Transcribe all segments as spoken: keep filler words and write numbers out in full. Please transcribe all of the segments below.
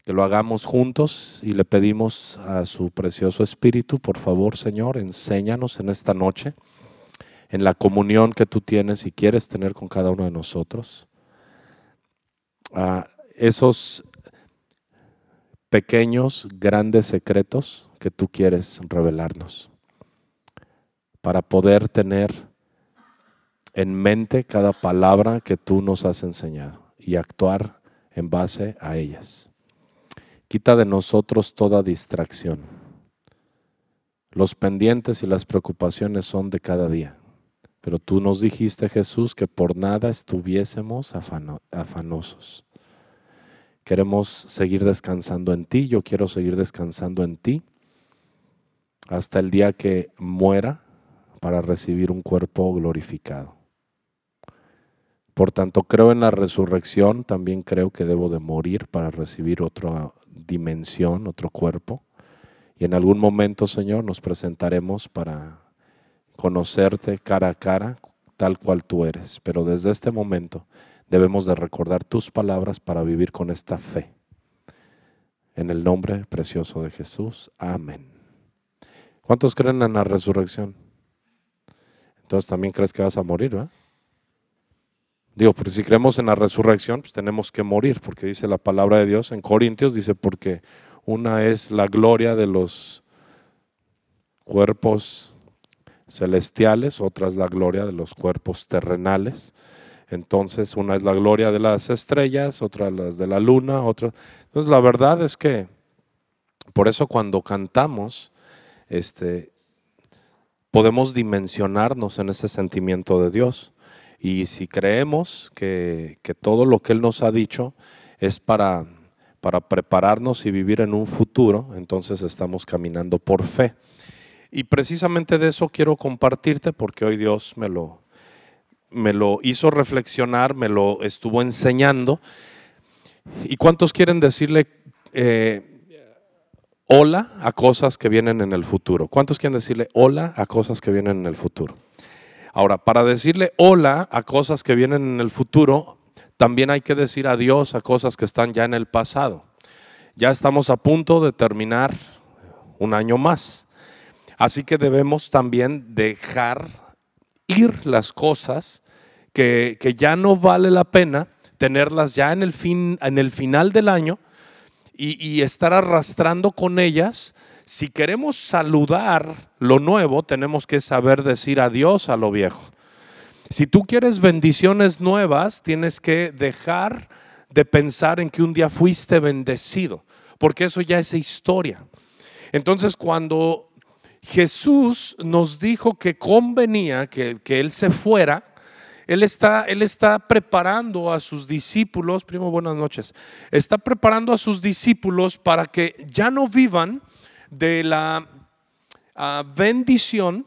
que lo hagamos juntos y le pedimos a su precioso Espíritu, por favor, Señor, enséñanos en esta noche, en la comunión que tú tienes y quieres tener con cada uno de nosotros, a esos pequeños, grandes secretos que tú quieres revelarnos, para poder tener en mente cada palabra que tú nos has enseñado y actuar en base a ellas. Quita de nosotros toda distracción. Los pendientes y las preocupaciones son de cada día, pero tú nos dijiste, Jesús, que por nada estuviésemos afano- afanosos. Queremos seguir descansando en ti, yo quiero seguir descansando en ti hasta el día que muera para recibir un cuerpo glorificado. Por tanto, creo en la resurrección, también creo que debo de morir para recibir otra dimensión, otro cuerpo. Y en algún momento, Señor, nos presentaremos para conocerte cara a cara, tal cual tú eres. Pero desde este momento debemos de recordar tus palabras para vivir con esta fe. En el nombre precioso de Jesús. Amén. ¿Cuántos creen en la resurrección? Entonces también crees que vas a morir, ¿verdad? Digo, porque si creemos en la resurrección, pues tenemos que morir, porque dice la palabra de Dios en Corintios, dice, porque una es la gloria de los cuerpos celestiales, otra es la gloria de los cuerpos terrenales. Entonces, una es la gloria de las estrellas, otra las de la luna, otra. Entonces, la verdad es que, por eso cuando cantamos, este, podemos dimensionarnos en ese sentimiento de Dios. Y si creemos que, que todo lo que Él nos ha dicho es para, para prepararnos y vivir en un futuro, entonces estamos caminando por fe. Y precisamente de eso quiero compartirte, porque hoy Dios me lo, me lo hizo reflexionar, me lo estuvo enseñando. ¿Y cuántos quieren decirle eh, hola a cosas que vienen en el futuro? ¿Cuántos quieren decirle hola a cosas que vienen en el futuro? Ahora, para decirle hola a cosas que vienen en el futuro, también hay que decir adiós a cosas que están ya en el pasado. Ya estamos a punto de terminar un año más. Así que debemos también dejar ir las cosas que, que ya no vale la pena tenerlas ya en el, fin, en el final del año y, y estar arrastrando con ellas. Si queremos saludar lo nuevo, tenemos que saber decir adiós a lo viejo. Si tú quieres bendiciones nuevas, tienes que dejar de pensar en que un día fuiste bendecido, porque eso ya es historia. Entonces, cuando Jesús nos dijo que convenía que, que Él se fuera, Él está, él está preparando a sus discípulos, primo, buenas noches, está preparando a sus discípulos para que ya no vivan de la uh, bendición,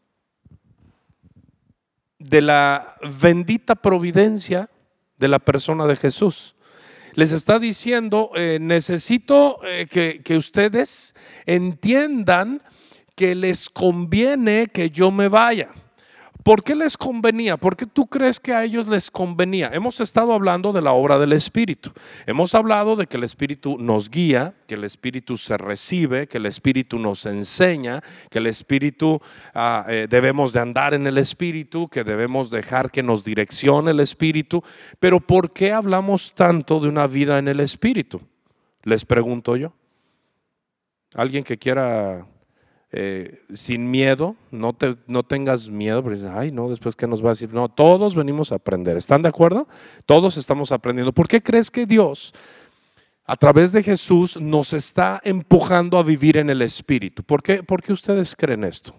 de la bendita providencia de la persona de Jesús. Les está diciendo, eh, necesito eh, que, que ustedes entiendan que les conviene que yo me vaya. ¿Por qué les convenía? ¿Por qué tú crees que a ellos les convenía? Hemos estado hablando de la obra del Espíritu. Hemos hablado de que el Espíritu nos guía, que el Espíritu se recibe, que el Espíritu nos enseña, que el Espíritu uh, eh, debemos de andar en el Espíritu, que debemos dejar que nos direccione el Espíritu. Pero ¿por qué hablamos tanto de una vida en el Espíritu? Les pregunto yo. ¿Alguien que quiera... Eh, sin miedo, no, te, no tengas miedo, porque dices, ay no, después ¿qué nos va a decir? No, todos venimos a aprender, ¿están de acuerdo? Todos estamos aprendiendo. ¿Por qué crees que Dios, a través de Jesús, nos está empujando a vivir en el Espíritu? ¿Por qué, ¿Por qué ustedes creen esto?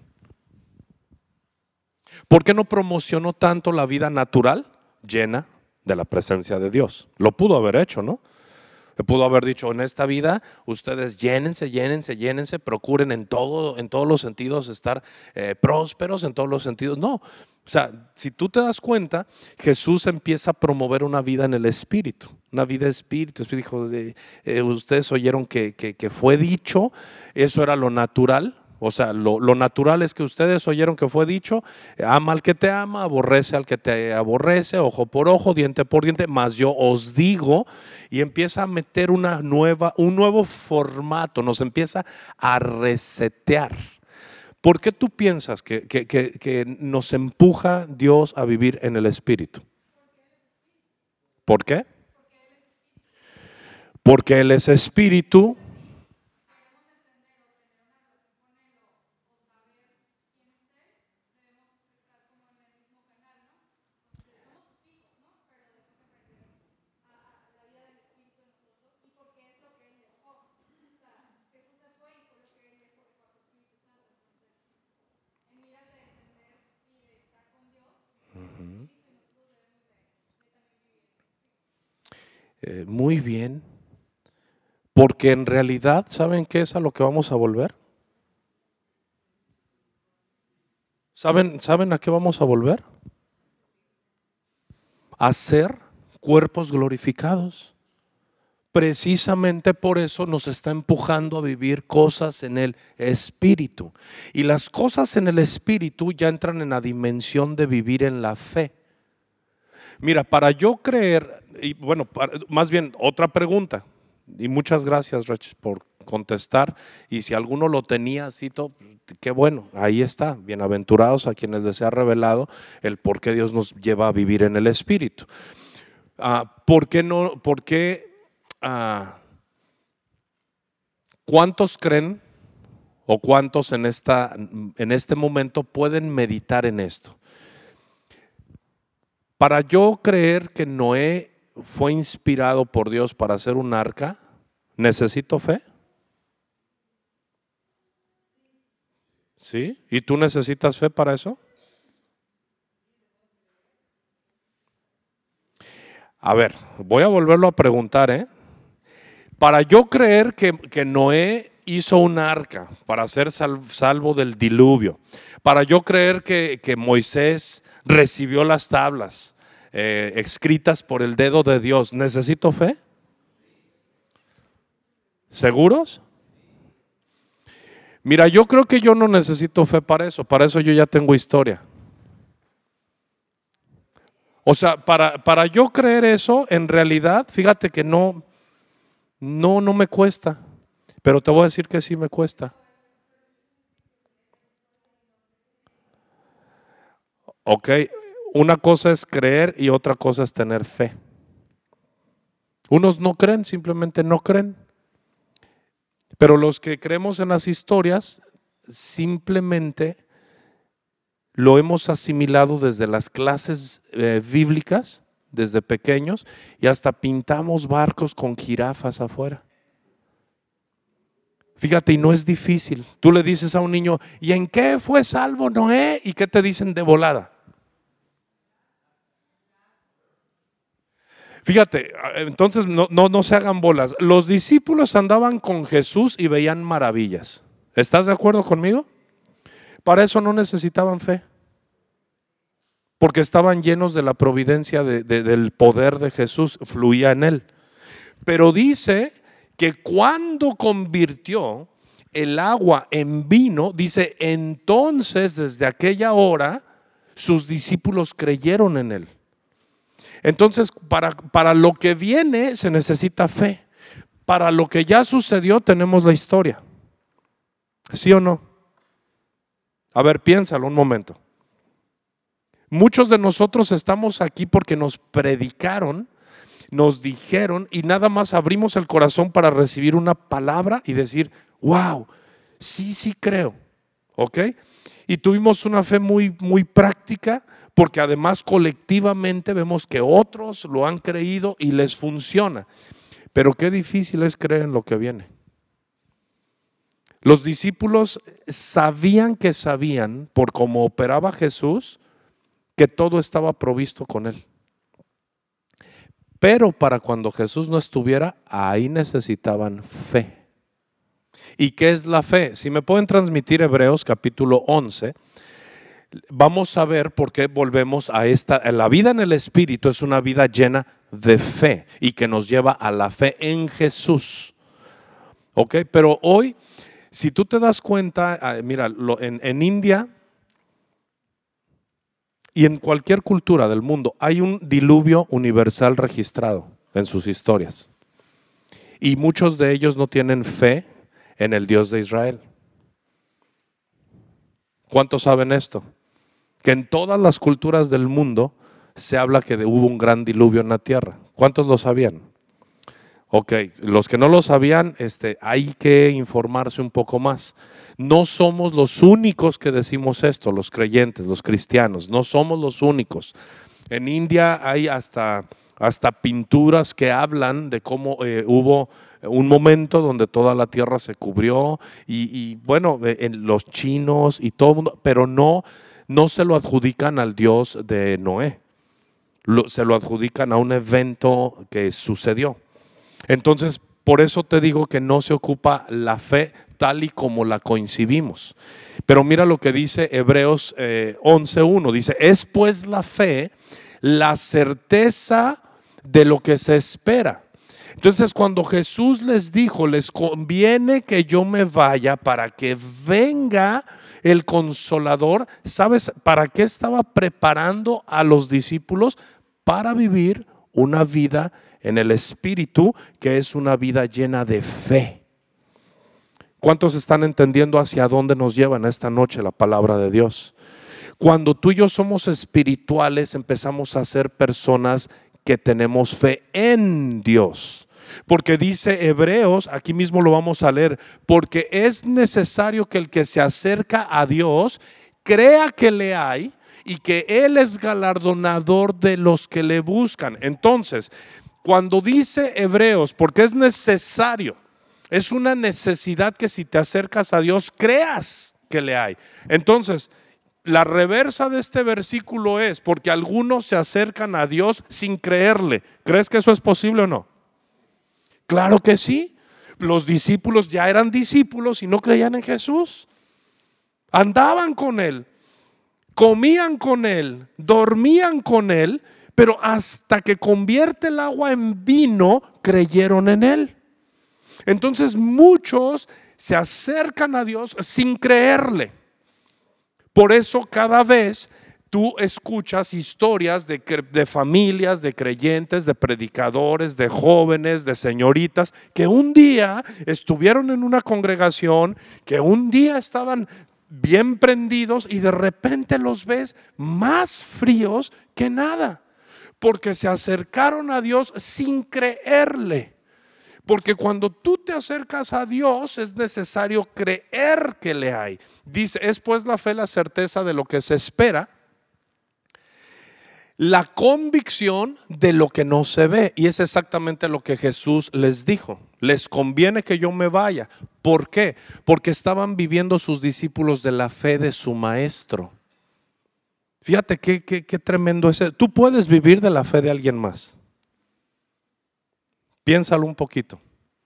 ¿Por qué no promocionó tanto la vida natural llena de la presencia de Dios? Lo pudo haber hecho, ¿no? Le pudo haber dicho, en esta vida ustedes llénense, llénense, llénense, procuren en todo, en todos los sentidos estar eh, prósperos, en todos los sentidos. No, o sea, si tú te das cuenta, Jesús empieza a promover una vida en el Espíritu, una vida de Espíritu. Dijo, eh, ustedes oyeron que, que, que fue dicho, eso era lo natural. O sea, lo, lo natural es que ustedes oyeron que fue dicho: ama al que te ama, aborrece al que te aborrece, ojo por ojo, diente por diente, mas yo os digo. Y empieza a meter una nueva, un nuevo formato, nos empieza a resetear. ¿Por qué tú piensas que, que, que, que nos empuja Dios a vivir en el Espíritu? ¿Por qué? Porque Él es Espíritu. Eh, muy bien, porque en realidad, ¿saben qué es a lo que vamos a volver? ¿Saben, ¿saben a qué vamos a volver? A ser cuerpos glorificados. Precisamente por eso nos está empujando a vivir cosas en el Espíritu. Y las cosas en el Espíritu ya entran en la dimensión de vivir en la fe. Mira, para yo creer, y bueno, para, más bien otra pregunta, y muchas gracias, Rech, por contestar. Y si alguno lo tenía así, todo, qué bueno, ahí está. Bienaventurados a quienes les ha revelado el por qué Dios nos lleva a vivir en el Espíritu. Ah, ¿por qué no? ¿Por qué? Ah, ¿cuántos creen o cuántos en, esta, en este momento pueden meditar en esto? Para yo creer que Noé fue inspirado por Dios para hacer un arca, ¿necesito fe? ¿Sí? ¿Y tú necesitas fe para eso? A ver, voy a volverlo a preguntar, ¿eh? Para yo creer que, que Noé hizo un arca para ser sal, salvo del diluvio, para yo creer que, que Moisés recibió las tablas eh, escritas por el dedo de Dios, ¿necesito fe? ¿Seguros? Mira, yo creo que yo no necesito fe para eso, para eso yo ya tengo historia. O sea, para, para yo creer eso, en realidad, fíjate que no, no, no me cuesta, pero te voy a decir que sí me cuesta. Ok, una cosa es creer y otra cosa es tener fe. Unos no creen, simplemente no creen. Pero los que creemos en las historias, simplemente lo hemos asimilado desde las clases eh, bíblicas, desde pequeños, y hasta pintamos barcos con jirafas afuera. Fíjate, y no es difícil. Tú le dices a un niño: ¿y en qué fue salvo Noé? ¿Y qué te dicen de volada? Fíjate, entonces no, no, no se hagan bolas. Los discípulos andaban con Jesús y veían maravillas. ¿Estás de acuerdo conmigo? Para eso no necesitaban fe, porque estaban llenos de la providencia de, de, del poder de Jesús, fluía en él. Pero dice que cuando convirtió el agua en vino, dice, entonces desde aquella hora sus discípulos creyeron en él. Entonces, para, para lo que viene se necesita fe. Para lo que ya sucedió tenemos la historia. ¿Sí o no? A ver, piénsalo un momento. Muchos de nosotros estamos aquí porque nos predicaron, nos dijeron, y nada más abrimos el corazón para recibir una palabra y decir: wow, sí, sí creo. ¿Ok? Y tuvimos una fe muy, muy práctica, porque además colectivamente vemos que otros lo han creído y les funciona. Pero qué difícil es creer en lo que viene. Los discípulos sabían que sabían, por cómo operaba Jesús, que todo estaba provisto con él. Pero para cuando Jesús no estuviera, ahí necesitaban fe. ¿Y qué es la fe? Si me pueden transmitir Hebreos capítulo once, vamos a ver por qué volvemos a esta. La vida en el Espíritu es una vida llena de fe y que nos lleva a la fe en Jesús. Ok, pero hoy, Si tú te das cuenta, mira, lo, en, en India y en cualquier cultura del mundo hay un diluvio universal registrado en sus historias. Y muchos de ellos no tienen fe en el Dios de Israel. ¿Cuántos saben esto? Que en todas las culturas del mundo se habla que hubo un gran diluvio en la tierra. ¿Cuántos lo sabían? Ok, los que no lo sabían, este, hay que informarse un poco más. No somos los únicos que decimos esto, los creyentes, los cristianos, no somos los únicos. En India hay hasta, hasta pinturas que hablan de cómo eh, hubo un momento donde toda la tierra se cubrió y, y bueno, en los chinos y todo el mundo, pero no, no se lo adjudican al Dios de Noé, lo, se lo adjudican a un evento que sucedió. Entonces, por eso te digo que no se ocupa la fe tal y como la coincidimos. Pero mira lo que dice Hebreos eh, once uno, dice, es pues la fe la certeza de lo que se espera. Entonces, cuando Jesús les dijo, les conviene que yo me vaya para que venga el Consolador, ¿sabes para qué estaba preparando a los discípulos? Para vivir una vida en el Espíritu, que es una vida llena de fe. ¿Cuántos están entendiendo hacia dónde nos lleva en esta noche la palabra de Dios? Cuando tú y yo somos espirituales, empezamos a ser personas que tenemos fe en Dios. Porque dice Hebreos, aquí mismo lo vamos a leer, porque es necesario que el que se acerca a Dios crea que le hay y que Él es galardonador de los que le buscan. Entonces, cuando dice Hebreos, porque es necesario, es una necesidad que si te acercas a Dios, creas que le hay. Entonces, la reversa de este versículo es, porque algunos se acercan a Dios sin creerle. ¿Crees que eso es posible o no? Claro que sí. Los discípulos ya eran discípulos y no creían en Jesús. Andaban con Él, comían con Él, dormían con Él, pero hasta que convierte el agua en vino, creyeron en Él. Entonces muchos se acercan a Dios sin creerle. Por eso cada vez tú escuchas historias de, de familias, de creyentes, de predicadores, de jóvenes, de señoritas, que un día estuvieron en una congregación, que un día estaban bien prendidos y de repente los ves más fríos que nada. Porque se acercaron a Dios sin creerle. Porque cuando tú te acercas a Dios es necesario creer que le hay. Dice, es pues la fe la certeza de lo que se espera, la convicción de lo que no se ve. Y es exactamente lo que Jesús les dijo. Les conviene que yo me vaya. ¿Por qué? Porque estaban viviendo sus discípulos de la fe de su maestro. Fíjate qué, qué, qué tremendo es. Tú puedes vivir de la fe de alguien más. Piénsalo un poquito.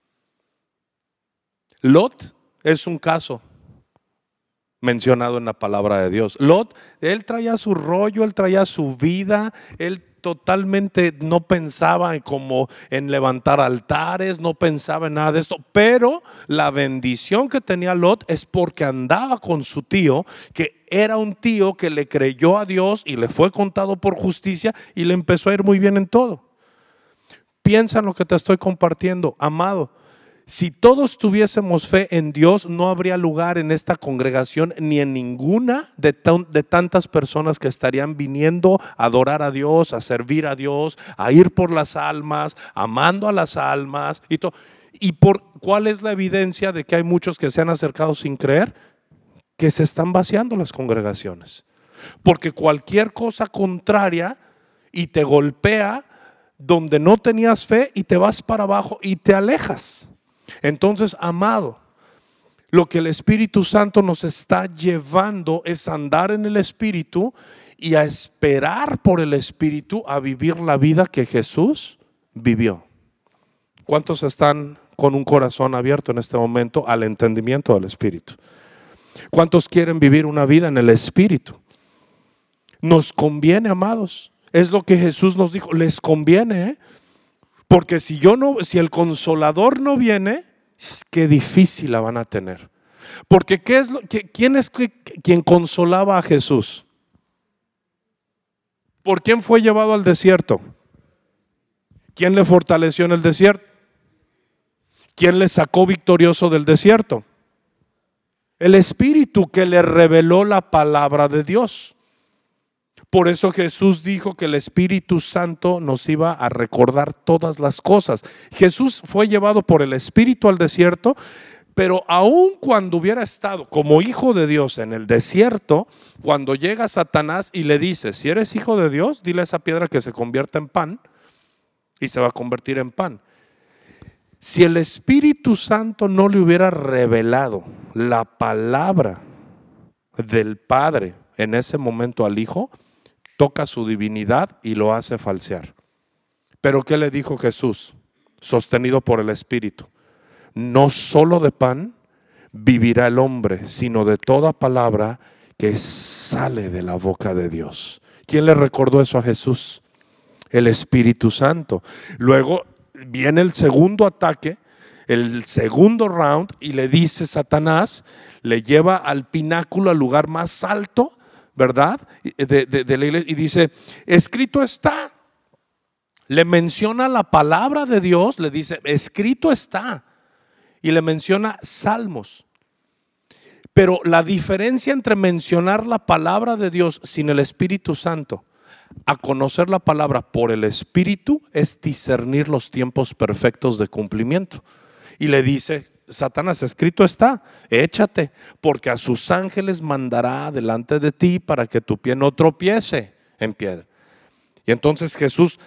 Lot es un caso mencionado en la palabra de Dios. Lot, él traía su rollo, él traía su vida, él totalmente no pensaba en como en levantar altares, no pensaba en nada de esto, pero la bendición que tenía Lot es porque andaba con su tío, que era un tío que le creyó a Dios y le fue contado por justicia y le empezó a ir muy bien en todo. Piensa en lo que te estoy compartiendo, amado. Si todos tuviésemos fe en Dios, no habría lugar en esta congregación ni en ninguna de, de tantas personas que estarían viniendo a adorar a Dios, a servir a Dios, a ir por las almas, amando a las almas y todo. ¿Y por cuál es la evidencia de que hay muchos que se han acercado sin creer? Que se están vaciando las congregaciones. Porque cualquier cosa contraria y te golpea donde no tenías fe y te vas para abajo y te alejas. Entonces, amado, lo que el Espíritu Santo nos está llevando es andar en el Espíritu y a esperar por el Espíritu a vivir la vida que Jesús vivió. ¿Cuántos están con un corazón abierto en este momento al entendimiento del Espíritu? ¿Cuántos quieren vivir una vida en el Espíritu? Nos conviene, amados. Es lo que Jesús nos dijo, les conviene, ¿eh? Porque si yo no, si el Consolador no viene, qué difícil la van a tener. Porque ¿qué es lo, qué, ¿quién es que, quien consolaba a Jesús? ¿Por quién fue llevado al desierto? ¿Quién le fortaleció en el desierto? ¿Quién le sacó victorioso del desierto? El Espíritu que le reveló la palabra de Dios. Por eso Jesús dijo que el Espíritu Santo nos iba a recordar todas las cosas. Jesús fue llevado por el Espíritu al desierto, pero aun cuando hubiera estado como hijo de Dios en el desierto, cuando llega Satanás y le dice, si eres hijo de Dios, dile a esa piedra que se convierta en pan, y se va a convertir en pan. Si el Espíritu Santo no le hubiera revelado la palabra del Padre en ese momento al Hijo, toca su divinidad y lo hace falsear. Pero ¿qué le dijo Jesús? Sostenido por el Espíritu. No solo de pan vivirá el hombre, sino de toda palabra que sale de la boca de Dios. ¿Quién le recordó eso a Jesús? El Espíritu Santo. Luego viene el segundo ataque, el segundo round, y le dice Satanás, le lleva al pináculo, al lugar más alto, ¿verdad? De, de, de la iglesia, y dice, escrito está. Le menciona la palabra de Dios, le dice, escrito está. Y le menciona salmos. Pero la diferencia entre mencionar la palabra de Dios sin el Espíritu Santo a conocer la palabra por el Espíritu es discernir los tiempos perfectos de cumplimiento. Y le dice Satanás, escrito está, échate, porque a sus ángeles mandará delante de ti para que tu pie no tropiece en piedra. Y entonces Jesús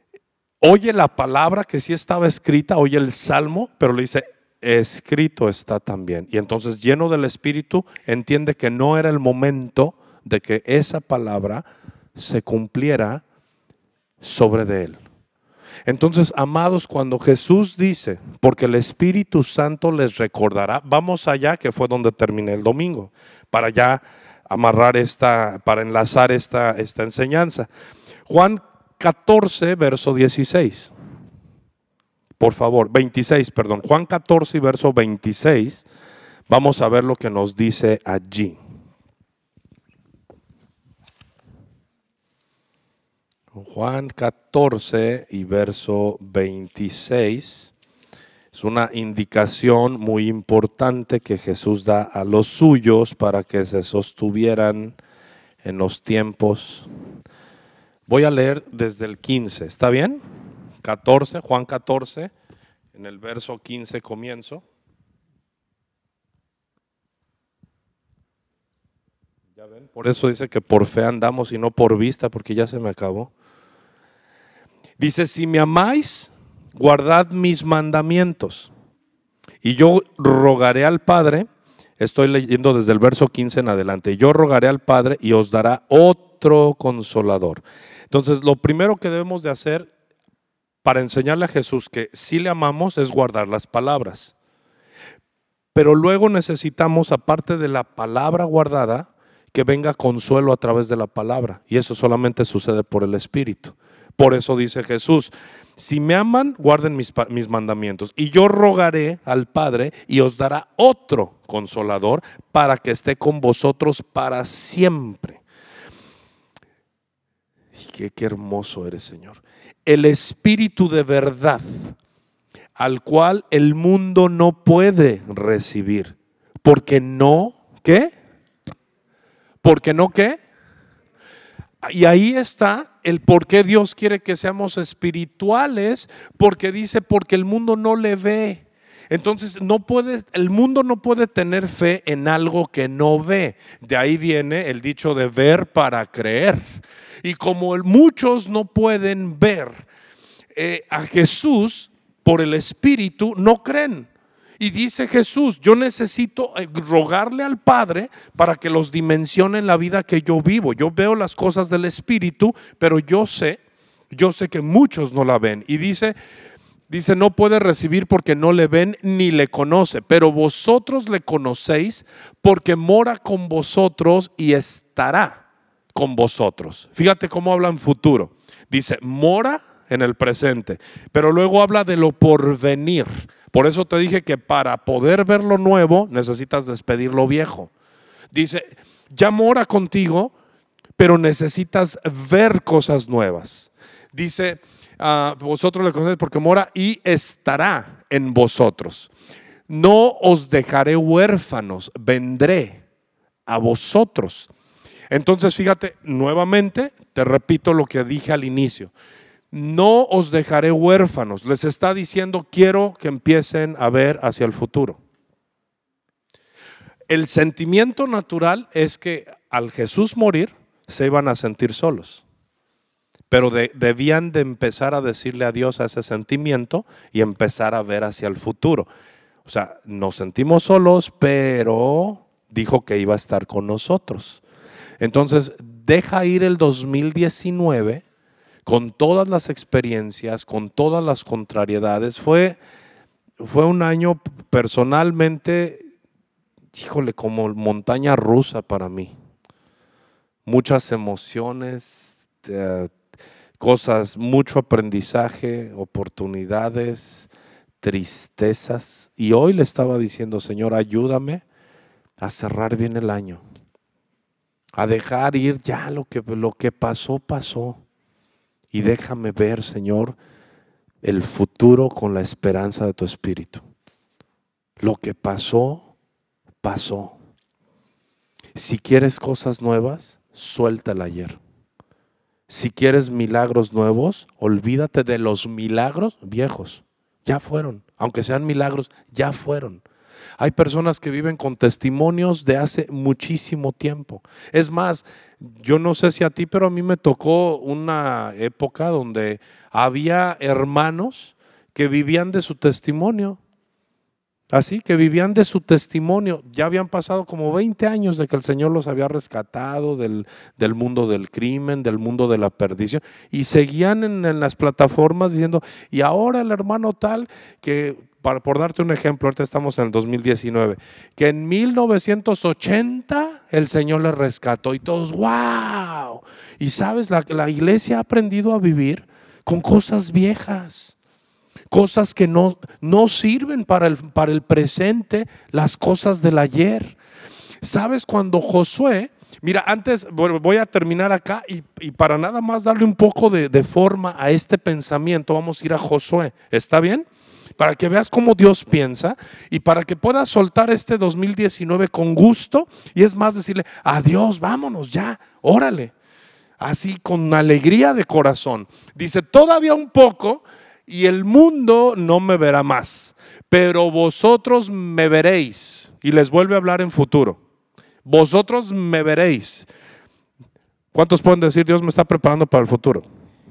oye la palabra que sí estaba escrita, oye el salmo, pero le dice, escrito está también. Y entonces, lleno del Espíritu, entiende que no era el momento de que esa palabra se cumpliera sobre de él. Entonces, amados, cuando Jesús dice, porque el Espíritu Santo les recordará, vamos allá, que fue donde terminé el domingo, para ya amarrar esta, para enlazar esta, esta enseñanza. Juan catorce, verso dieciséis. Por favor, veintiséis, perdón. Juan catorce, verso veintiséis. Vamos a ver lo que nos dice allí. Juan catorce y verso veintiséis es una indicación muy importante que Jesús da a los suyos para que se sostuvieran en los tiempos. Voy a leer desde el quince, ¿está bien? catorce, Juan catorce, en el verso quince comienzo. Ya ven, por eso dice que por fe andamos y no por vista, porque ya se me acabó. Dice, si me amáis, guardad mis mandamientos. Y yo rogaré al Padre, estoy leyendo desde el verso quince en adelante, yo rogaré al Padre y os dará otro consolador. Entonces, lo primero que debemos de hacer para enseñarle a Jesús que sí le amamos es guardar las palabras. Pero luego necesitamos, aparte de la palabra guardada, que venga consuelo a través de la palabra. Y eso solamente sucede por el Espíritu. Por eso dice Jesús, si me aman, guarden mis, mis mandamientos. Y yo rogaré al Padre y os dará otro consolador para que esté con vosotros para siempre. Y qué, qué hermoso eres, Señor. El Espíritu de verdad, al cual el mundo no puede recibir. Porque no, ¿qué? Porque no, ¿qué? Y ahí está el por qué Dios quiere que seamos espirituales, porque dice, porque el mundo no le ve. Entonces no puede, el mundo no puede tener fe en algo que no ve. De ahí viene el dicho de ver para creer. Y como muchos no pueden ver eh, a Jesús por el Espíritu, no creen. Y dice Jesús, yo necesito rogarle al Padre para que los dimensione en la vida que yo vivo. Yo veo las cosas del Espíritu, pero yo sé, yo sé que muchos no la ven. Y dice, dice, no puede recibir porque no le ven ni le conoce, pero vosotros le conocéis porque mora con vosotros y estará con vosotros. Fíjate cómo habla en futuro. Dice, mora en el presente, pero luego habla de lo por venir. Por eso te dije que para poder ver lo nuevo necesitas despedir lo viejo. Dice, ya mora contigo, pero necesitas ver cosas nuevas. Dice, uh, vosotros le conocéis porque mora y estará en vosotros. No os dejaré huérfanos, vendré a vosotros. Entonces fíjate, nuevamente te repito lo que dije al inicio. No os dejaré huérfanos. Les está diciendo, quiero que empiecen a ver hacia el futuro. El sentimiento natural es que al Jesús morir se iban a sentir solos, pero de, debían de empezar a decirle adiós a ese sentimiento y empezar a ver hacia el futuro. O sea, nos sentimos solos, pero dijo que iba a estar con nosotros. Entonces, deja ir el dos mil diecinueve con todas las experiencias, con todas las contrariedades. Fue, fue un año personalmente, híjole, como montaña rusa para mí. Muchas emociones, eh, cosas, mucho aprendizaje, oportunidades, tristezas. Y hoy le estaba diciendo, Señor, ayúdame a cerrar bien el año, a dejar ir ya lo que, lo que pasó, pasó. Y déjame ver, Señor, el futuro con la esperanza de tu Espíritu. Lo que pasó, pasó. Si quieres cosas nuevas, suelta el ayer. Si quieres milagros nuevos, olvídate de los milagros viejos. Ya fueron, aunque sean milagros, ya fueron. Hay personas que viven con testimonios de hace muchísimo tiempo. Es más, yo no sé si a ti, pero a mí me tocó una época donde había hermanos que vivían de su testimonio. Así que vivían de su testimonio. Ya habían pasado como veinte años de que el Señor los había rescatado del, del mundo del crimen, del mundo de la perdición. Y seguían en, en las plataformas diciendo, y ahora el hermano tal que... Para, por darte un ejemplo, ahorita estamos en el dos mil diecinueve, que en mil novecientos ochenta el Señor le rescató y todos, wow. Y sabes, la, la iglesia ha aprendido a vivir con cosas viejas, cosas que no, no sirven para el, para el presente, las cosas del ayer. ¿Sabes? Cuando Josué, mira, antes voy a terminar acá y, y para nada más darle un poco de, de forma a este pensamiento, vamos a ir a Josué, ¿está bien? Para que veas cómo Dios piensa y para que puedas soltar este dos mil diecinueve con gusto y es más decirle, adiós, vámonos ya, órale, así con alegría de corazón. Dice, todavía un poco y el mundo no me verá más, pero vosotros me veréis. Y les vuelve a hablar en futuro, vosotros me veréis. ¿Cuántos pueden decir, Dios me está preparando para el futuro?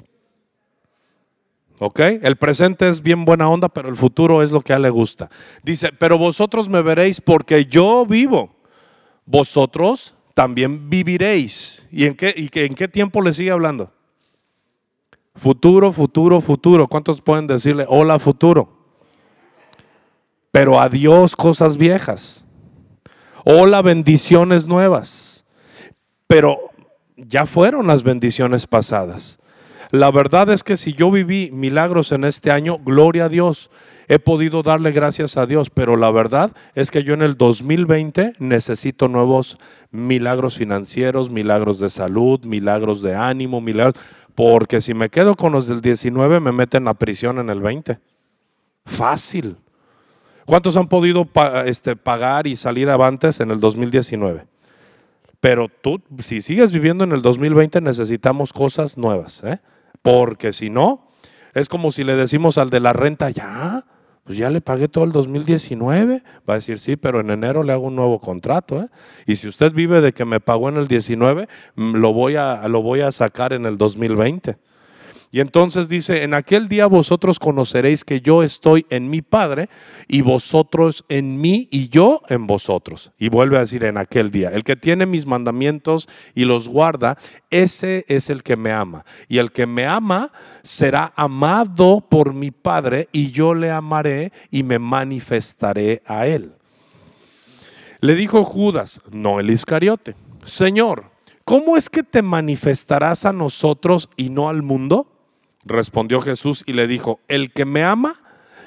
¿Ok? El presente es bien buena onda, pero el futuro es lo que a él le gusta. Dice, pero vosotros me veréis porque yo vivo. Vosotros también viviréis. ¿Y en qué, y que, en qué tiempo le sigue hablando? Futuro, futuro, futuro. ¿Cuántos pueden decirle, hola futuro? Pero adiós cosas viejas. Hola bendiciones nuevas. Pero ya fueron las bendiciones pasadas. La verdad es que si yo viví milagros en este año, gloria a Dios, he podido darle gracias a Dios, pero la verdad es que yo en el dos mil veinte necesito nuevos milagros financieros, milagros de salud, milagros de ánimo, milagros, porque si me quedo con los del diecinueve me meten a prisión en el veinte. Fácil. ¿Cuántos han podido este, pagar y salir avantes en el dos mil diecinueve? Pero tú, si sigues viviendo en el dos mil veinte, necesitamos cosas nuevas, ¿eh? Porque si no, es como si le decimos al de la renta, ya, pues ya le pagué todo el dos mil diecinueve. Va a decir, sí, pero en enero le hago un nuevo contrato, ¿eh? Y si usted vive de que me pagó en el diecinueve, lo voy a, lo voy a sacar en el dos mil veinte. Y entonces dice, en aquel día vosotros conoceréis que yo estoy en mi Padre y vosotros en mí y yo en vosotros. Y vuelve a decir en aquel día, el que tiene mis mandamientos y los guarda, ese es el que me ama. Y el que me ama será amado por mi Padre y yo le amaré y me manifestaré a él. Le dijo Judas, no el Iscariote, Señor, ¿cómo es que te manifestarás a nosotros y no al mundo? Respondió Jesús y le dijo, el que me ama,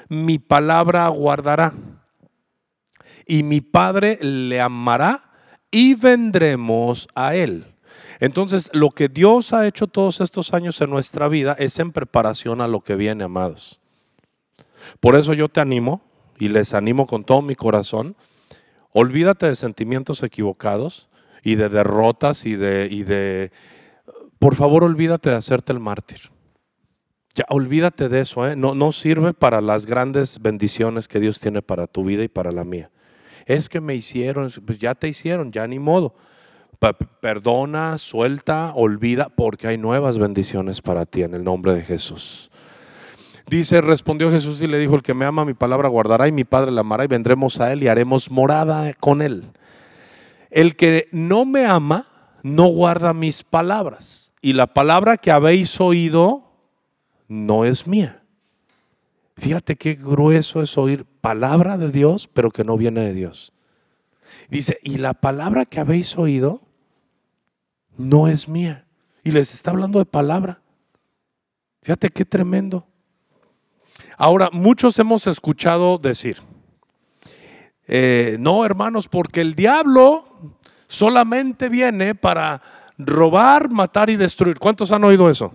mi palabra guardará, y mi Padre le amará y vendremos a Él. Entonces, lo que Dios ha hecho todos estos años en nuestra vida es en preparación a lo que viene, amados. Por eso yo te animo y les animo con todo mi corazón. Olvídate de sentimientos equivocados y de derrotas y de, y de por favor, olvídate de hacerte el mártir. Ya, olvídate de eso, ¿eh? No, no sirve para las grandes bendiciones que Dios tiene para tu vida y para la mía. Es que me hicieron, pues ya te hicieron, ya ni modo. Perdona, suelta, olvida, porque hay nuevas bendiciones para ti en el nombre de Jesús. Dice, respondió Jesús y le dijo: el que me ama, mi palabra guardará, y mi Padre la amará, y vendremos a Él y haremos morada con Él. El que no me ama, no guarda mis palabras, y la palabra que habéis oído no es mía. Fíjate qué grueso es oír palabra de Dios, pero que no viene de Dios. Dice, y la palabra que habéis oído no es mía. Y les está hablando de palabra. Fíjate qué tremendo. Ahora, muchos hemos escuchado decir, eh, no, hermanos, porque el diablo solamente viene para robar, matar y destruir. ¿Cuántos han oído eso?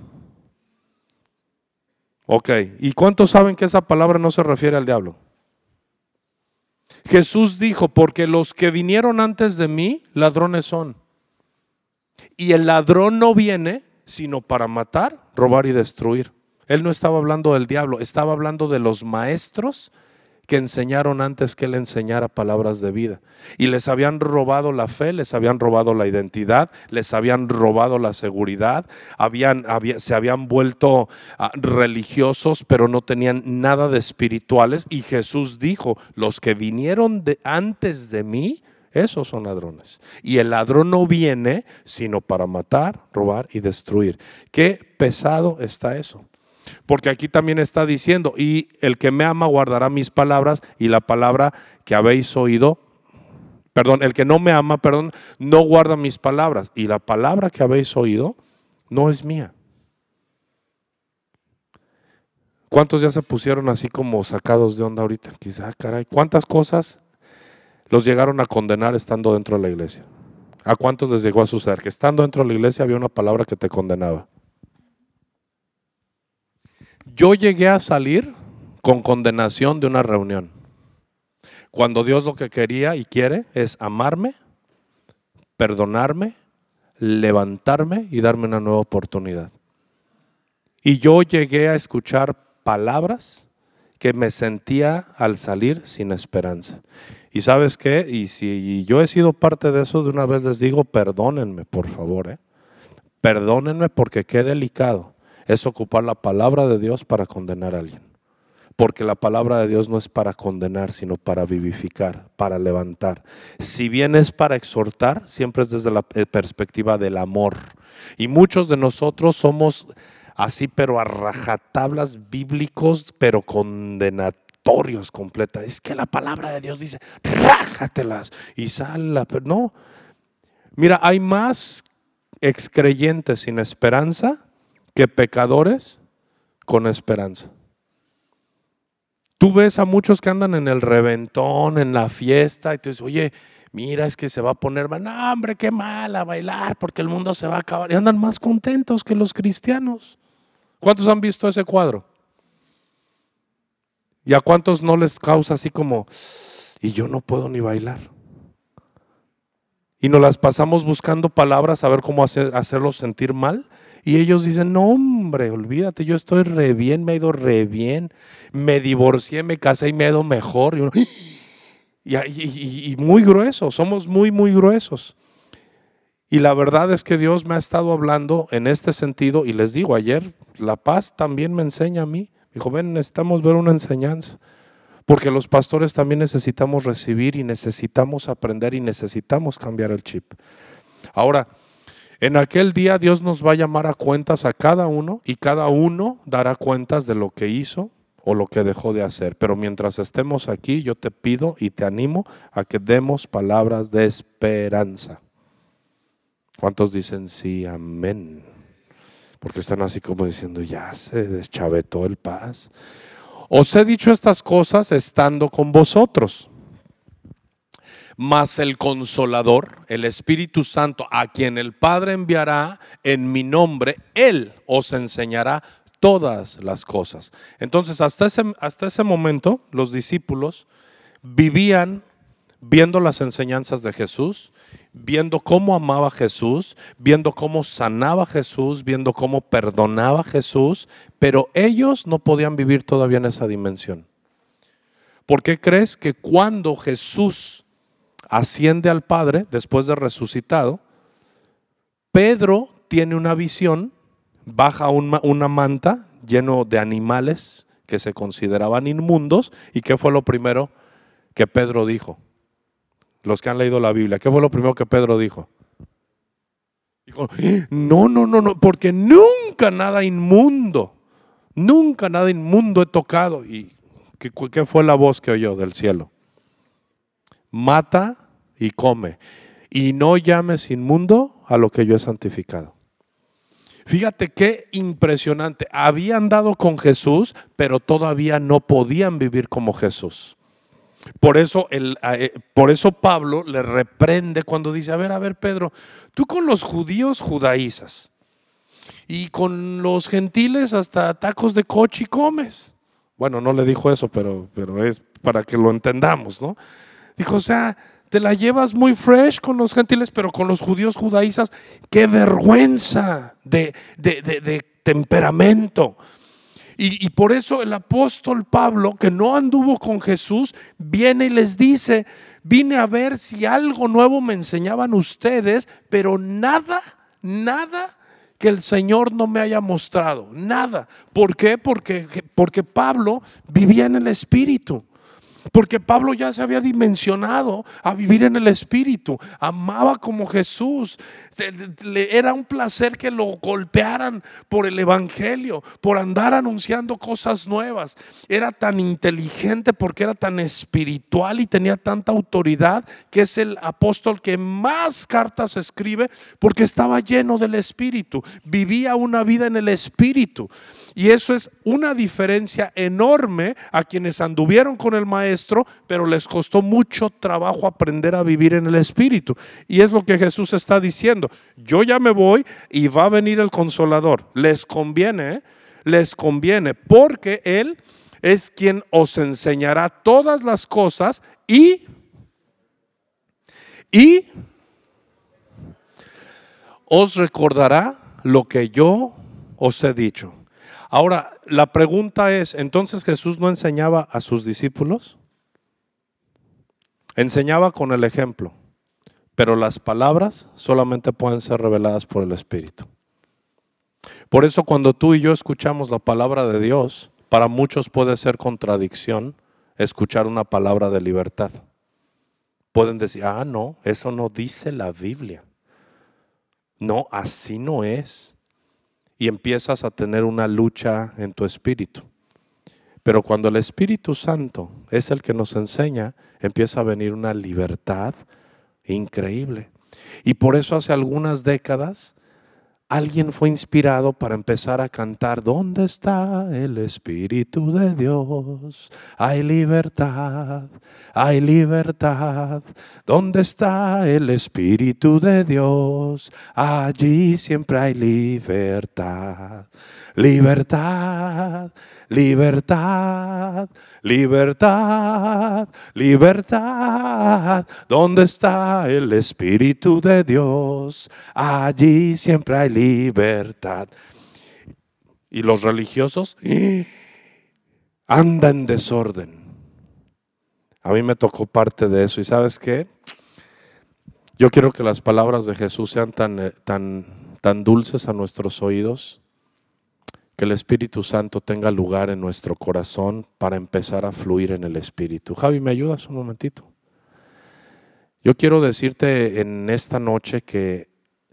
Ok, ¿y cuántos saben que esa palabra no se refiere al diablo? Jesús dijo, porque los que vinieron antes de mí, ladrones son. Y el ladrón no viene sino para matar, robar y destruir. Él no estaba hablando del diablo, estaba hablando de los maestros que enseñaron antes que él enseñara palabras de vida. Y les habían robado la fe, les habían robado la identidad, les habían robado la seguridad, habían, había, se habían vuelto uh, religiosos, pero no tenían nada de espirituales. Y Jesús dijo, los que vinieron de, antes de mí, esos son ladrones. Y el ladrón no viene sino para matar, robar y destruir. Qué pesado está eso. Porque aquí también está diciendo, y el que me ama guardará mis palabras, y la palabra que habéis oído, perdón, el que no me ama, perdón, no guarda mis palabras, y la palabra que habéis oído no es mía. ¿Cuántos ya se pusieron así como sacados de onda ahorita? Quizá, caray, ¿cuántas cosas los llegaron a condenar estando dentro de la iglesia? ¿A cuántos les llegó a suceder que estando dentro de la iglesia había una palabra que te condenaba? Yo llegué a salir con condenación de una reunión, cuando Dios lo que quería y quiere es amarme, perdonarme, levantarme y darme una nueva oportunidad. Y yo llegué a escuchar palabras que me sentía al salir sin esperanza. ¿Y sabes qué? Y si yo he sido parte de eso, de una vez les digo, perdónenme, por favor, ¿eh? Perdónenme, porque qué delicado es ocupar la palabra de Dios para condenar a alguien. Porque la palabra de Dios no es para condenar, sino para vivificar, para levantar. Si bien es para exhortar, siempre es desde la perspectiva del amor. Y muchos de nosotros somos así, pero a rajatablas bíblicos, pero condenatorios completas. Es que la palabra de Dios dice, rájatelas y sal. No, mira, hay más excreyentes sin esperanza que pecadores con esperanza. Tú ves a muchos que andan en el reventón, en la fiesta, y tú dices, oye, mira, es que se va a poner, no, hombre, qué mal a bailar porque el mundo se va a acabar. Y andan más contentos que los cristianos. ¿Cuántos han visto ese cuadro? ¿Y a cuántos no les causa así como, y yo no puedo ni bailar? Y nos las pasamos buscando palabras a ver cómo hacer, hacerlos sentir mal. Y ellos dicen, no hombre, olvídate, yo estoy re bien, me ha ido re bien, me divorcié, me casé y me ha ido mejor. Y, uno, y, y, y muy gruesos, somos muy, muy gruesos. Y la verdad es que Dios me ha estado hablando en este sentido. Y les digo, ayer La Paz también me enseña a mí. Dijo, ven, necesitamos ver una enseñanza. Porque los pastores también necesitamos recibir y necesitamos aprender y necesitamos cambiar el chip. Ahora, en aquel día Dios nos va a llamar a cuentas a cada uno y cada uno dará cuentas de lo que hizo o lo que dejó de hacer. Pero mientras estemos aquí, yo te pido y te animo a que demos palabras de esperanza. ¿Cuántos dicen sí, amén? Porque están así como diciendo, ya se deschavetó el Paz. Os he dicho estas cosas estando con vosotros. Mas el Consolador, el Espíritu Santo, a quien el Padre enviará en mi nombre, Él os enseñará todas las cosas. Entonces, hasta ese, hasta ese momento, los discípulos vivían viendo las enseñanzas de Jesús, viendo cómo amaba a Jesús, viendo cómo sanaba a Jesús, viendo cómo perdonaba a Jesús, pero ellos no podían vivir todavía en esa dimensión. ¿Por qué crees que cuando Jesús asciende al Padre después de resucitado, Pedro tiene una visión, baja una, una manta lleno de animales que se consideraban inmundos? ¿Y qué fue lo primero que Pedro dijo? Los que han leído la Biblia, ¿qué fue lo primero que Pedro dijo? Dijo, no, no, no, no, porque nunca nada inmundo, nunca nada inmundo he tocado. ¿Y qué, qué fue la voz que oyó del cielo? Mata y come, y no llames inmundo a lo que yo he santificado. Fíjate qué impresionante. Habían dado con Jesús, pero todavía no podían vivir como Jesús. Por eso, el, eh, por eso Pablo le reprende cuando dice, a ver, a ver Pedro, tú con los judíos judaizas y con los gentiles hasta tacos de cochi comes. Bueno, no le dijo eso, pero, pero es para que lo entendamos, ¿no? Dijo, o sea, te la llevas muy fresh con los gentiles, pero con los judíos judaizas, qué vergüenza de, de, de, de temperamento. Y, y por eso el apóstol Pablo, que no anduvo con Jesús, viene y les dice, vine a ver si algo nuevo me enseñaban ustedes, pero nada, nada que el Señor no me haya mostrado, nada. ¿Por qué? Porque, porque Pablo vivía en el Espíritu. Porque Pablo ya se había dimensionado a vivir en el Espíritu, amaba como Jesús, era un placer que lo golpearan por el Evangelio, por andar anunciando cosas nuevas. Era tan inteligente porque era tan espiritual y tenía tanta autoridad que es el apóstol que más cartas escribe porque estaba lleno del Espíritu, vivía una vida en el Espíritu. Y eso es una diferencia enorme a quienes anduvieron con el maestro, pero les costó mucho trabajo aprender a vivir en el Espíritu. Y es lo que Jesús está diciendo. Yo ya me voy y va a venir el Consolador. Les conviene, ¿eh? Les conviene, porque Él es quien os enseñará todas las cosas y, y os recordará lo que yo os he dicho. Ahora, la pregunta es, ¿entonces Jesús no enseñaba a sus discípulos? Enseñaba con el ejemplo, pero las palabras solamente pueden ser reveladas por el Espíritu. Por eso cuando tú y yo escuchamos la palabra de Dios, para muchos puede ser contradicción escuchar una palabra de libertad. Pueden decir, ah, no, eso no dice la Biblia. No, así no es. Y empiezas a tener una lucha en tu espíritu. Pero cuando el Espíritu Santo es el que nos enseña, empieza a venir una libertad increíble. Y por eso hace algunas décadas alguien fue inspirado para empezar a cantar, ¿dónde está el Espíritu de Dios? Hay libertad, hay libertad. ¿Dónde está el Espíritu de Dios? Allí siempre hay libertad. Libertad, libertad, libertad, libertad. ¿Dónde está el Espíritu de Dios? Allí siempre hay libertad. Y los religiosos andan en desorden. A mí me tocó parte de eso. ¿Y sabes qué? Yo quiero que las palabras de Jesús sean tan, tan, tan dulces a nuestros oídos, que el Espíritu Santo tenga lugar en nuestro corazón para empezar a fluir en el Espíritu. Javi, ¿me ayudas un momentito? Yo quiero decirte en esta noche que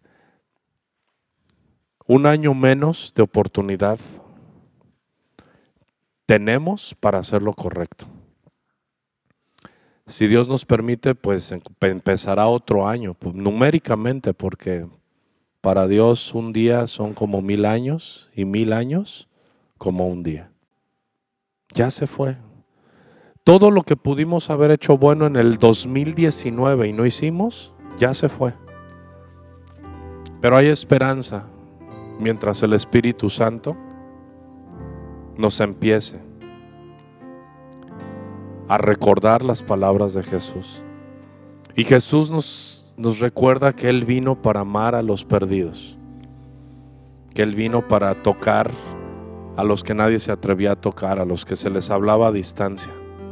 un año menos de oportunidad tenemos para hacer lo correcto. Si Dios nos permite, pues empezará otro año, pues, numéricamente, porque para Dios un día son como mil años y mil años como un día. ya se fue. Todo lo que pudimos haber hecho bueno en el dos mil diecinueve y no hicimos, ya se fue. Pero hay esperanza mientras el Espíritu Santo nos empiece a recordar las palabras de Jesús. Y Jesús nos, nos recuerda que Él vino para amar a los perdidos, que Él vino para tocar a los que nadie se atrevía a tocar, a los que se les hablaba a distancia.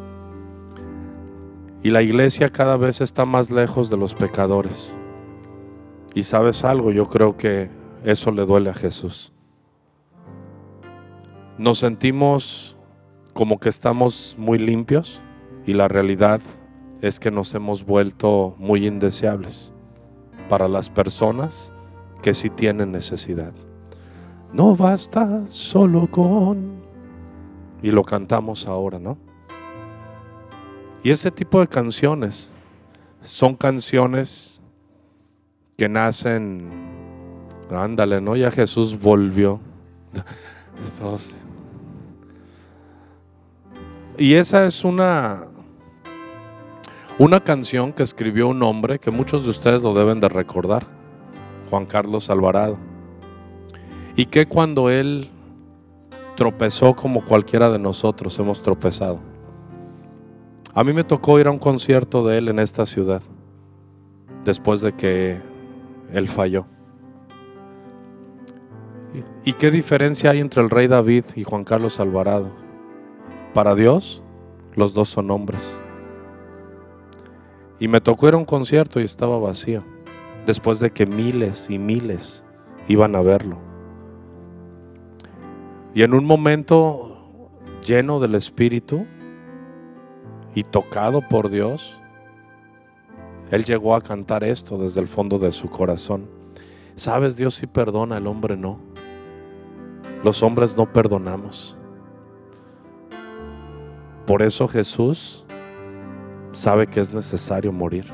Y la iglesia cada vez está más lejos de los pecadores. Y sabes algo, yo creo que eso le duele a Jesús. Nos sentimos como que estamos muy limpios y la realidad es que nos hemos vuelto muy indeseables para las personas que sí tienen necesidad. No basta solo con... Y lo cantamos ahora, ¿no? Y ese tipo de canciones son canciones que nacen, ándale, ¿no? Ya Jesús volvió. Entonces, y esa es una, una canción que escribió un hombre que muchos de ustedes lo deben de recordar, Juan Carlos Alvarado. Y que cuando él tropezó como cualquiera de nosotros hemos tropezado. A mí me tocó ir a un concierto de él en esta ciudad, después de que él falló. ¿Y qué diferencia hay entre el rey David y Juan Carlos Alvarado? Para Dios, los dos son hombres. Y me tocó ir a un concierto y estaba vacío, después de que miles y miles iban a verlo. Y en un momento lleno del Espíritu y tocado por Dios, él llegó a cantar esto desde el fondo de su corazón. Sabes, Dios sí perdona, el hombre no. Los hombres no perdonamos. Por eso Jesús sabe que es necesario morir.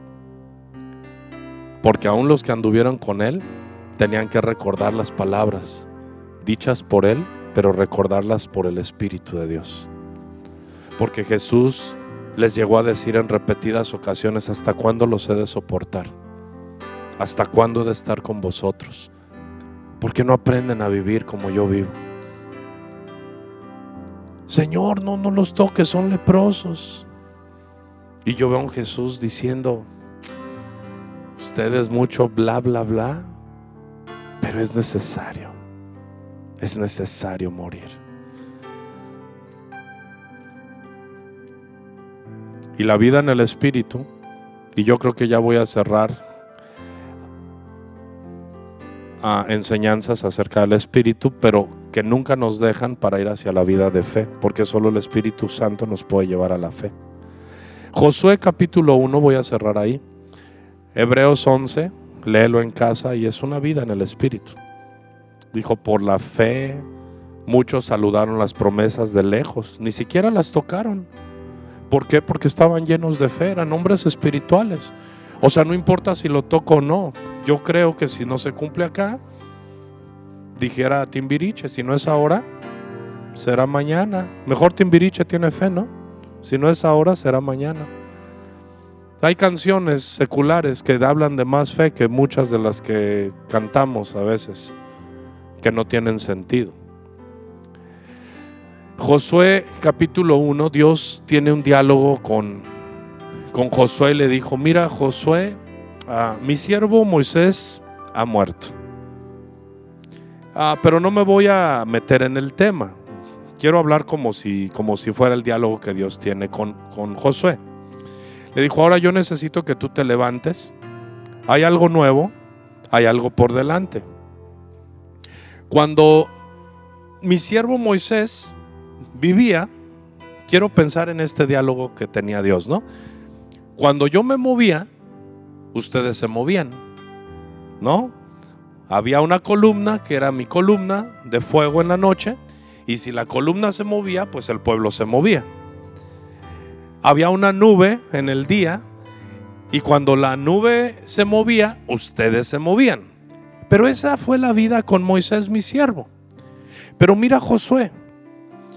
Porque aún los que anduvieron con él tenían que recordar las palabras dichas por él, pero recordarlas por el Espíritu de Dios. Porque Jesús les llegó a decir en repetidas ocasiones: ¿hasta cuándo los he de soportar? ¿Hasta cuándo he de estar con vosotros? ¿Por qué no aprenden a vivir como yo vivo? Señor, no, no los toques, son leprosos. Y yo veo a un Jesús diciendo: ustedes mucho bla bla bla, pero es necesario, es necesario morir. Y la vida en el Espíritu, y yo creo que ya voy a cerrar a enseñanzas acerca del Espíritu, pero que nunca nos dejan para ir hacia la vida de fe, porque solo el Espíritu Santo nos puede llevar a la fe. Josué capítulo uno, voy a cerrar ahí. Hebreos once, léelo en casa, y es una vida en el Espíritu. Dijo: por la fe muchos saludaron las promesas de lejos, ni siquiera las tocaron. ¿Por qué? Porque estaban llenos de fe, eran hombres espirituales. O sea, no importa si lo toco o no. Yo creo que si no se cumple acá, dijera Timbiriche, si no es ahora, será mañana. Mejor Timbiriche tiene fe, ¿no? Si no es ahora, será mañana. Hay canciones seculares que hablan de más fe que muchas de las que cantamos a veces, que no tienen sentido. Josué capítulo uno, Dios tiene un diálogo con, con Josué y le dijo: mira, Josué, uh, mi siervo Moisés ha muerto, uh, pero no me voy a meter en el tema. Quiero hablar como si, como si fuera el diálogo que Dios tiene con, con Josué. Le dijo: ahora yo necesito que tú te levantes, hay algo nuevo, hay algo por delante. Cuando mi siervo Moisés vivía, quiero pensar en este diálogo que tenía Dios, ¿no? Cuando yo me movía, ustedes se movían, ¿no? Había una columna que era mi columna de fuego en la noche, y si la columna se movía, pues el pueblo se movía. Había una nube en el día, y cuando la nube se movía, ustedes se movían. Pero esa fue la vida con Moisés, mi siervo. Pero mira Josué,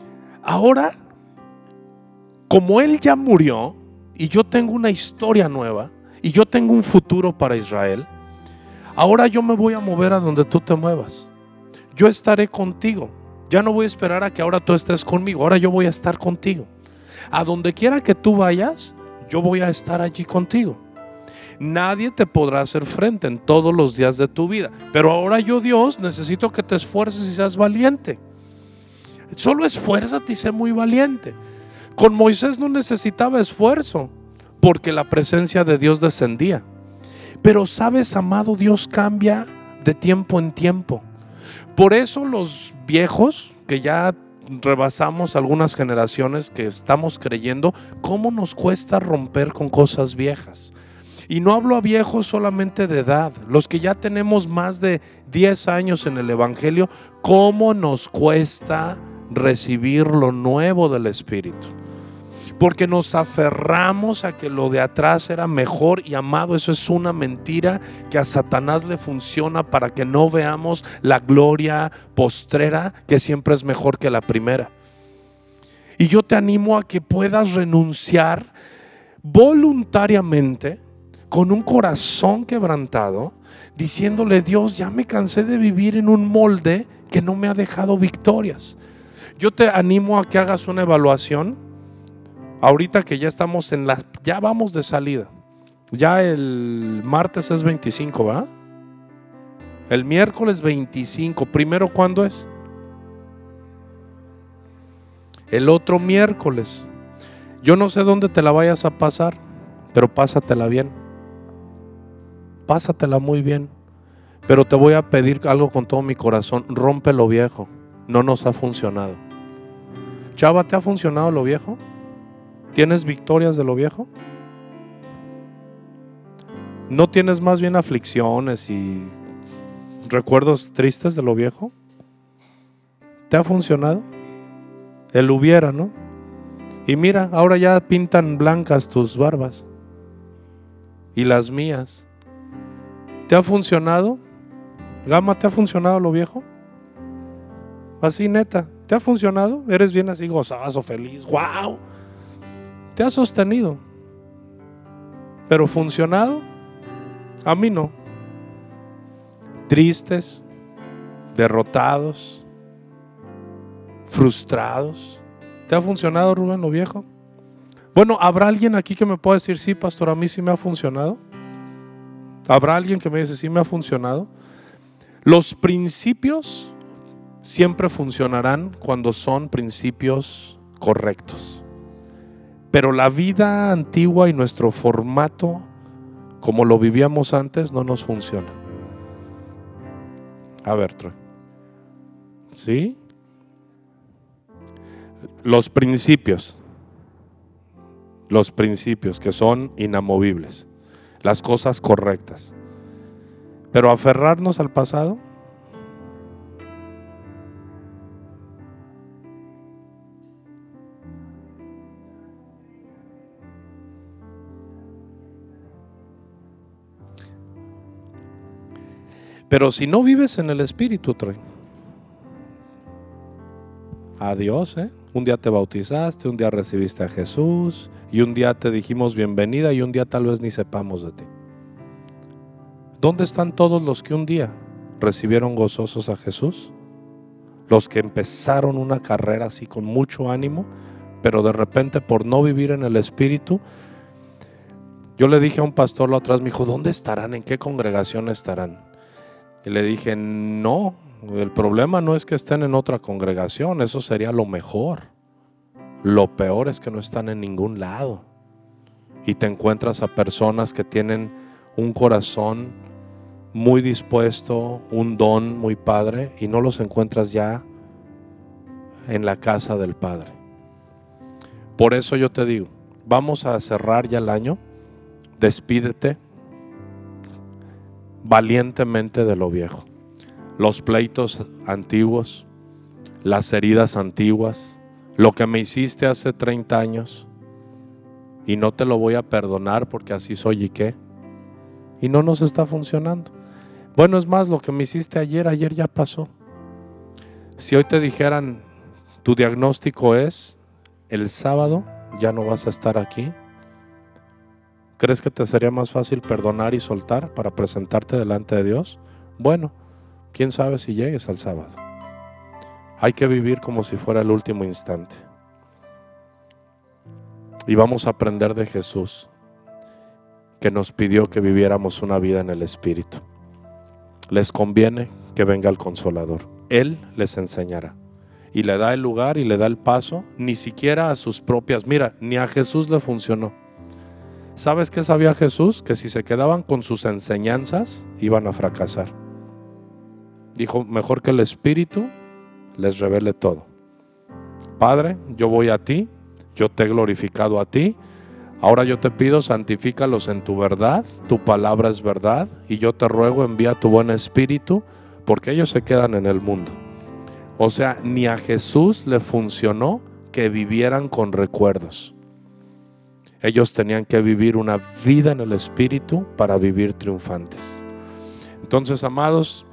Ahora, como Él ya murió y yo tengo una historia nueva y yo tengo un futuro para Israel, ahora yo me voy a mover a donde tú te muevas. Yo estaré contigo. Ya no voy a esperar a que ahora tú estés conmigo. Ahora yo voy a estar contigo. A donde quiera que tú vayas, yo voy a estar allí contigo. Nadie te podrá hacer frente en todos los días de tu vida. Pero ahora yo, Dios, necesito que te esfuerces y seas valiente. Solo esfuérzate y sé muy valiente. Con Moisés no necesitaba esfuerzo, porque la presencia de Dios descendía. Pero sabes, amado, Dios cambia de tiempo en tiempo. Por eso los viejos, que ya rebasamos algunas generaciones que estamos creyendo, ¿cómo nos cuesta romper con cosas viejas? Y no hablo a viejos solamente de edad, los que ya tenemos más de diez años en el Evangelio, ¿cómo nos cuesta recibir lo nuevo del Espíritu? Porque nos aferramos a que lo de atrás era mejor. Y amado, eso es una mentira que a Satanás le funciona para que no veamos la gloria postrera, que siempre es mejor que la primera. Y yo te animo a que puedas renunciar voluntariamente, con un corazón quebrantado, diciéndole: Dios, ya me cansé de vivir en un molde que no me ha dejado victorias. Yo te animo a que hagas una evaluación. Ahorita que ya estamos en la, ya vamos de salida. Ya el martes es veinticinco, ¿va? El miércoles veinticinco. ¿Primero cuándo es? El otro miércoles. Yo no sé dónde te la vayas a pasar, pero pásatela bien. Pásatela muy bien. Pero te voy a pedir algo con todo mi corazón: rompe lo viejo. No nos ha funcionado. Chava, ¿te ha funcionado lo viejo? ¿Tienes victorias de lo viejo? ¿No tienes más bien aflicciones y recuerdos tristes de lo viejo? ¿Te ha funcionado? Él hubiera, ¿no? Y mira, ahora ya pintan blancas tus barbas y las mías. ¿Te ha funcionado? Gama, ¿te ha funcionado lo viejo? Así neta, ¿te ha funcionado? Eres bien así gozoso, feliz, wow. Te ha sostenido, pero funcionado, a mí no. Tristes, derrotados, frustrados. ¿Te ha funcionado, Rubén, lo viejo? Bueno, ¿habrá alguien aquí que me pueda decir: sí, pastor, a mí sí me ha funcionado? ¿Habrá alguien que me dice: sí me ha funcionado? Los principios siempre funcionarán cuando son principios correctos. Pero la vida antigua y nuestro formato, como lo vivíamos antes, no nos funciona. A ver, Troy. ¿Sí? Los principios. Los principios que son inamovibles. Las cosas correctas. Pero aferrarnos al pasado. Pero si no vives en el Espíritu, Troy, adiós, ¿eh? Un día te bautizaste, un día recibiste a Jesús y un día te dijimos bienvenida y un día tal vez ni sepamos de ti. ¿Dónde están todos los que un día recibieron gozosos a Jesús? Los que empezaron una carrera así con mucho ánimo, pero de repente por no vivir en el Espíritu. Yo le dije a un pastor la otra vez, me dijo: ¿dónde estarán? ¿En qué congregación estarán? Y le dije: no, el problema no es que estén en otra congregación, eso sería lo mejor. Lo peor es que no están en ningún lado. Y te encuentras a personas que tienen un corazón muy dispuesto, un don muy padre, y no los encuentras ya en la casa del Padre. Por eso yo te digo, vamos a cerrar ya el año. Despídete valientemente de lo viejo. Los pleitos antiguos, las heridas antiguas, lo que me hiciste hace treinta años y no te lo voy a perdonar porque así soy y qué. Y no nos está funcionando. Bueno, es más, lo que me hiciste ayer, ayer ya pasó. Si hoy te dijeran: Tu diagnóstico es: el sábado ya no vas a estar aquí. ¿Crees que te sería más fácil perdonar y soltar para presentarte delante de Dios? Bueno, quién sabe si llegues al sábado. Hay que vivir como si fuera el último instante. Y vamos a aprender de Jesús, que nos pidió que viviéramos una vida en el Espíritu. Les conviene que venga el Consolador. Él les enseñará. Y le da el lugar y le da el paso, ni siquiera a sus propias. Mira, ni a Jesús le funcionó. ¿Sabes qué sabía Jesús? Que si se quedaban con sus enseñanzas, iban a fracasar. Dijo: mejor que el Espíritu les revele todo. Padre, yo voy a ti, yo te he glorificado a ti. Ahora yo te pido, santifícalos en tu verdad, tu palabra es verdad, y yo te ruego, envía tu buen Espíritu, porque ellos se quedan en el mundo. O sea, ni a Jesús le funcionó que vivieran con recuerdos. Ellos tenían que vivir una vida en el Espíritu para vivir triunfantes. Entonces, amados,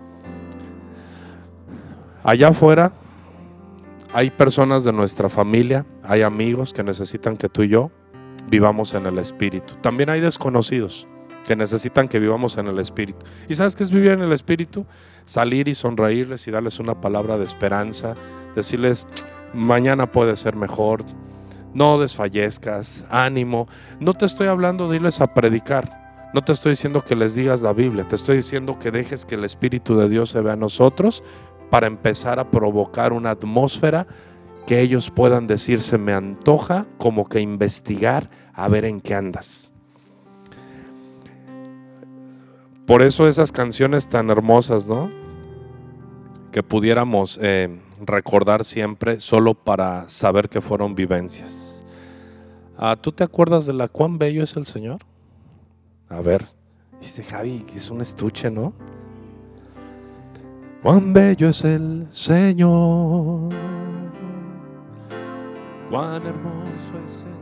allá afuera hay personas de nuestra familia, hay amigos que necesitan que tú y yo vivamos en el Espíritu. También hay desconocidos que necesitan que vivamos en el Espíritu. ¿Y sabes qué es vivir en el Espíritu? Salir y sonreírles y darles una palabra de esperanza, decirles: mañana puede ser mejor, no desfallezcas, ánimo. No te estoy hablando de irles a predicar, no te estoy diciendo que les digas la Biblia, te estoy diciendo que dejes que el Espíritu de Dios se vea en nosotros para empezar a provocar una atmósfera que ellos puedan decir: se me antoja como que investigar a ver en qué andas. Por eso esas canciones tan hermosas, ¿no?, que pudiéramos eh, recordar siempre solo para saber que fueron vivencias. Ah, ¿tú te acuerdas de la cuán bello es el Señor? A ver, dice Javi, que es un estuche, ¿no? Cuán bello es el Señor, cuán hermoso es el